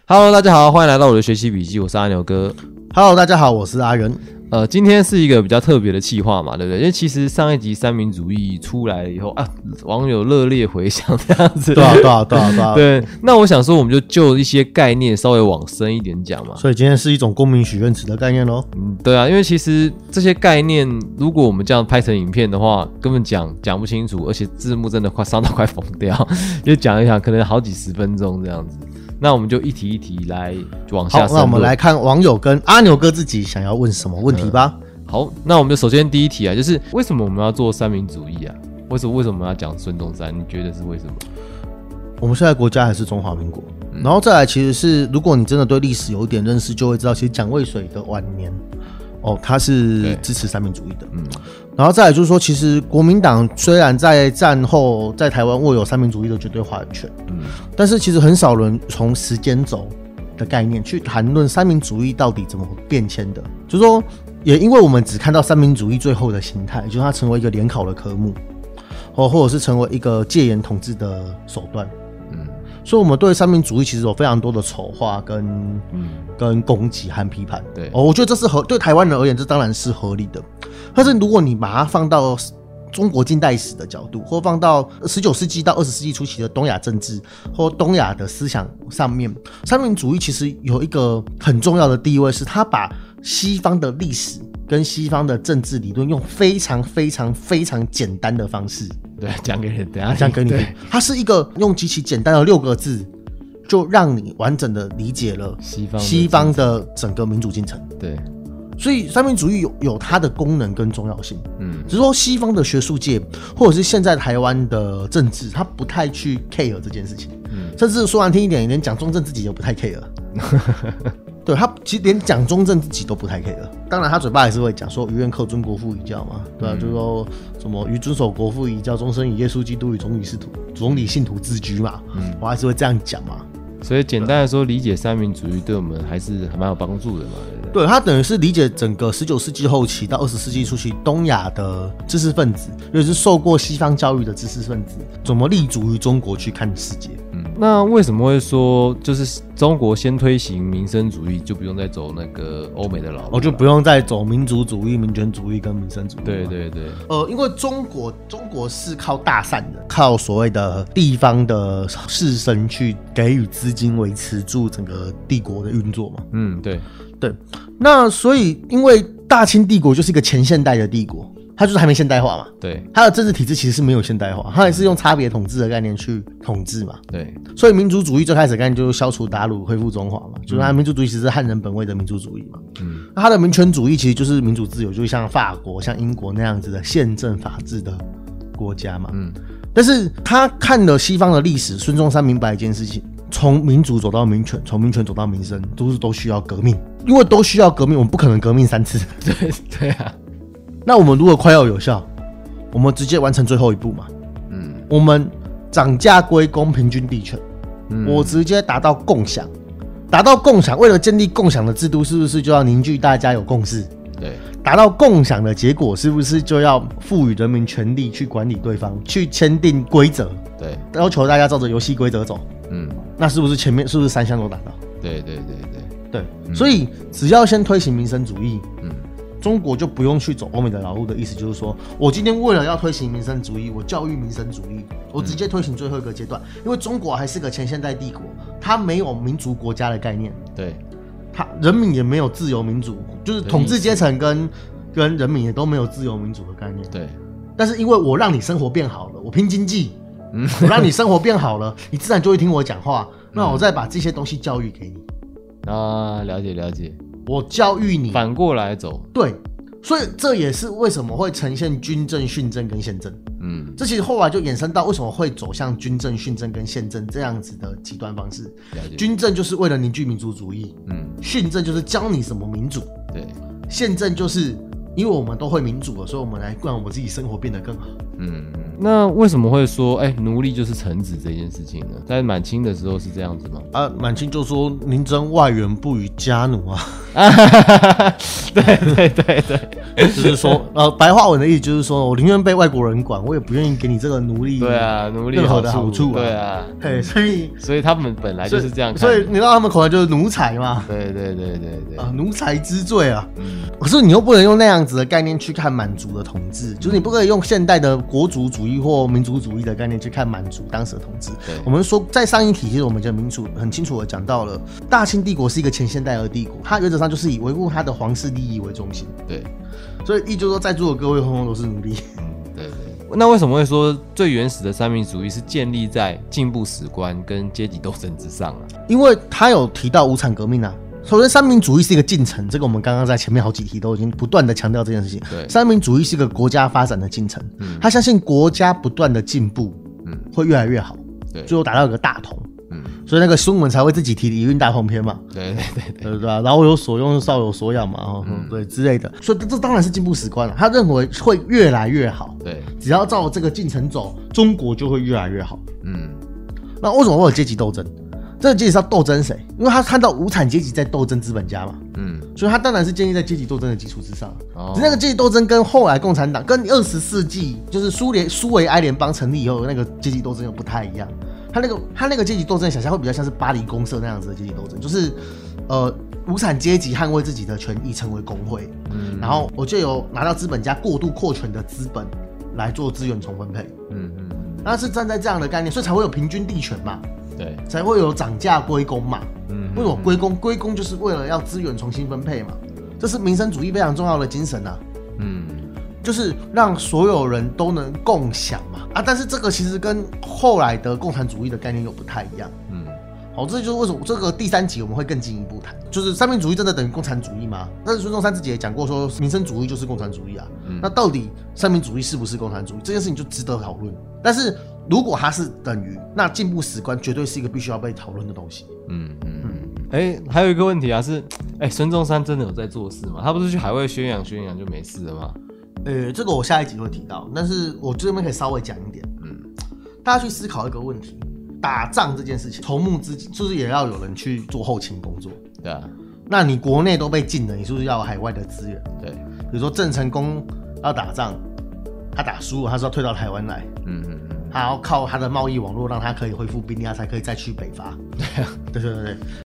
Hello， 大家好，欢迎来到我的学习笔记，我是阿牛哥。 Hello， 大家好，我是阿元。 今天是一个比较特别的企划嘛，对不对？因为其实上一集三民主义出来了以后啊，网友热烈回响这样子。 对啊。 对，那我想说，我们就一些概念稍微往深一点讲嘛。 所以今天是一种公民许愿池的概念咯。 对啊，因为其实这些概念，如果我们这样拍成影片的话，根本讲不清楚，而且字幕真的快伤到快疯掉，就讲一讲可能好几十分钟这样子。那我们就一题一题来往下深入。 好，那我们来看网友跟阿牛哥自己想要问什么问题吧。 好，那我们就首先第一题啊，就是为什么我们要做三民主义啊？为什么我们要讲孙中山？你觉得是为什么？ 我们现在国家还是中华民国，然后再来其实是，如果你真的对历史有一点认识，就会知道，其实蒋渭水的晚年，他是支持三民主义的。然后再来就是说，其实国民党虽然在战后在台湾握有三民主义的绝对话语权，但是其实很少人从时间轴的概念去谈论三民主义到底怎么变迁的。就是说，也因为我们只看到三民主义最后的形态，就是它成为一个联考的科目，或者是成为一个戒严统治的手段。所以我们对三民主义其实有非常多的丑化跟攻击和批判。 对， 我觉得这是对台湾人而言，这当然是合理的。但是如果你把它放到中国近代史的角度，或放到19世纪到20世纪初期的东亚政治或东亚的思想上面，三民主义其实有一个很重要的地位，是它把西方的历史跟西方的政治理论用非常非常非常简单的方式， 对，讲给你，等一下讲给你听。它是一个用极其简单的6个字，就让你完整的理解了西方的整个民主进程。 对， 所以三民主义有它的功能跟重要性。只是说西方的学术界或者是现在台湾的政治，他不太去 care 这件事情。甚至说难听一点，连蒋中正自己也不太 care。对，他其实连蒋中正自己都不太 care。当然他嘴巴还是会讲说，于愿恪遵国父遗教嘛，对啊，就是说什么于遵守国父遗教，终身以耶稣基督与总理信徒自居嘛。我还是会这样讲嘛。所以简单的说，理解三民主义对我们还是蛮有帮助的嘛。 对，它等于是理解整个19世纪后期到20世纪初期东亚的知识分子，尤其是受过西方教育的知识分子，怎么立足于中国去看世界。 那为什么会说就是中国先推行民生主义，就不用再走那个欧美的老路？ 就不用再走民族主义、民权主义跟民生主义。 对。 因为中国是靠大善的，靠所谓的地方的士绅去给予资金维持住整个帝国的运作嘛。 对。 那所以因为大清帝国就是一个前现代的帝国，它就是还没现代化嘛。 对， 它的政治体制其实是没有现代化，它也是用差别统治的概念去统治嘛。 对， 所以民族主义最开始的概念就是消除鞑虏，恢复中华嘛，就是它民族主义其实是汉人本位的民族主义嘛。那它的民权主义其实就是民主自由，就像法国、像英国那样子的宪政法治的国家嘛。但是他看了西方的历史，孙中山明白一件事情：从民主走到民权，从民权走到民生，都需要革命。因为都需要革命，我们不可能革命3次。 对啊。 那我们如果快要有效，我们直接完成最后一步嘛。我们涨价归公，平均地权。我直接达到共享，为了建立共享的制度，是不是就要凝聚大家有共识？ 对。 达到共享的结果，是不是就要赋予人民权利去管理对方，去签订规则？ 对。 要求大家照着游戏规则走。那是不是前面是不是3项都达到？ 对。 所以只要先推行民生主义，中国就不用去走欧美的老路的意思，就是说我今天为了要推行民生主义，我教育民生主义，我直接推行最后一个阶段，因为中国还是个前现代帝国，它没有民族国家的概念， 对， 它人民也没有自由民主，就是统治阶层跟人民也都没有自由民主的概念， 对。 但是因为我让你生活变好了，我拼经济，我让你生活变好了，你自然就会听我讲话，那我再把这些东西教育给你。 了解。 我教育你， 反过来走。 对，所以这也是为什么会呈现军政、训政跟宪政。这其实后来就衍生到为什么会走向军政、训政跟宪政这样子的极端方式。军政就是为了凝聚民族主义，训政就是教你什么民主， 对， 宪政就是因为我们都会民主了，所以我们来让我们自己生活变得更好。 那为什么会说奴隶就是臣子这件事情呢？在满清的时候是这样子吗？ 满清就说宁征外援不与家奴啊。 对， 就是说白话文的意思就是说我宁愿被外国人管，我也不愿意给你这个奴隶任何的好处啊。 对啊，所以他们本来就是这样看， 所以你知道他们口来就是奴才嘛。 对奴才之罪啊。可是你又不能用那样子的概念去看满族的统治，就是你不可以用现代的国族主义或民族主义的概念去看满族当时的统治。我们说在上一题其实我们就很清楚的讲到了，大清帝国是一个前现代的帝国，它原则上就是以维护它的皇室利益为中心。 对， 所以亦就是说在座的各位通通都是奴隶。 对。那为什么会说最原始的三民主义是建立在进步史观跟阶级斗争之上啊？因为他有提到无产革命啊。首先，三民主义是一个进程，这个我们刚刚在前面好几题都已经不断的强调这件事情。 对， 三民主义是一个国家发展的进程，他相信国家不断的进步，会越来越好，最后达到一个大同。所以那个孙文才会自己提礼运大同篇嘛。对吧？老有所用，少有所养嘛，对之类的。所以这当然是进步史观了。他认为会越来越好。 对， 只要照这个进程走，中国就会越来越好。那为什么会有阶级斗争？这个阶级是要斗争谁？因为他看到无产阶级在斗争资本家嘛，所以他当然是建立在阶级斗争的基础之上。只是那个阶级斗争跟后来共产党跟20世纪就是苏维埃联邦成立以后的那个阶级斗争又不太一样。他那个阶级斗争想象会比较像是巴黎公社那样子的阶级斗争，就是无产阶级捍卫自己的权益，成为工会，然后我就有拿到资本家过度扩权的资本来做资源重分配。那是站在这样的概念，所以才会有平均地权嘛。 对， 才会有涨价归公嘛。为什么归公？归公就是为了要资源重新分配嘛。这是民生主义非常重要的精神啊。就是让所有人都能共享嘛。但是这个其实跟后来的共产主义的概念又不太一样。好，这就是为什么这个第3集我们会更进一步谈，就是三民主义真的等于共产主义吗？但是孙中山自己也讲过说，民生主义就是共产主义啊。那到底三民主义是不是共产主义？这件事情就值得讨论。但是如果它是等于，那进步史观绝对是一个必须要被讨论的东西。 还有一个问题啊，是孙中山真的有在做事吗？他不是去海外宣扬就没事了吗？ 这个我下一集会提到，但是我这边可以稍微讲一点。大家去思考一个问题。打仗这件事情，筹募资金，是不是也要有人去做后勤工作？ 对啊。 那你国内都被禁了，你是不是要有海外的资源？ 对。 比如说郑成功要打仗，他打输了，他是要退到台湾来。他要靠他的贸易网络，让他可以恢复兵力，他才可以再去北伐。对。